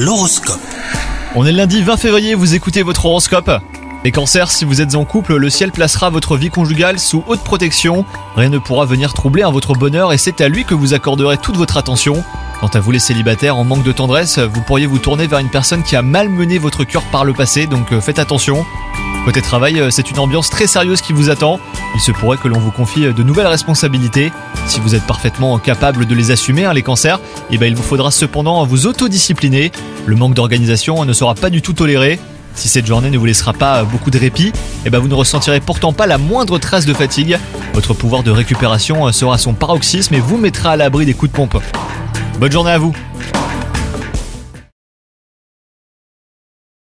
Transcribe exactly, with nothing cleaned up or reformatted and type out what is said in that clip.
L'horoscope. On est le lundi vingt février, vous écoutez votre horoscope. Les cancers, si vous êtes en couple, le ciel placera votre vie conjugale sous haute protection. Rien ne pourra venir troubler hein, votre bonheur et c'est à lui que vous accorderez toute votre attention. Quant à vous les célibataires en manque de tendresse, vous pourriez vous tourner vers une personne qui a malmené votre cœur par le passé, donc euh, faites attention. Côté travail, c'est une ambiance très sérieuse qui vous attend. Il se pourrait que l'on vous confie de nouvelles responsabilités. Si vous êtes parfaitement capable de les assumer, hein, les cancers, eh ben, il vous faudra cependant vous autodiscipliner. Le manque d'organisation ne sera pas du tout toléré. Si cette journée ne vous laissera pas beaucoup de répit, eh ben, vous ne ressentirez pourtant pas la moindre trace de fatigue. Votre pouvoir de récupération sera à son paroxysme et vous mettra à l'abri des coups de pompe. Bonne journée à vous!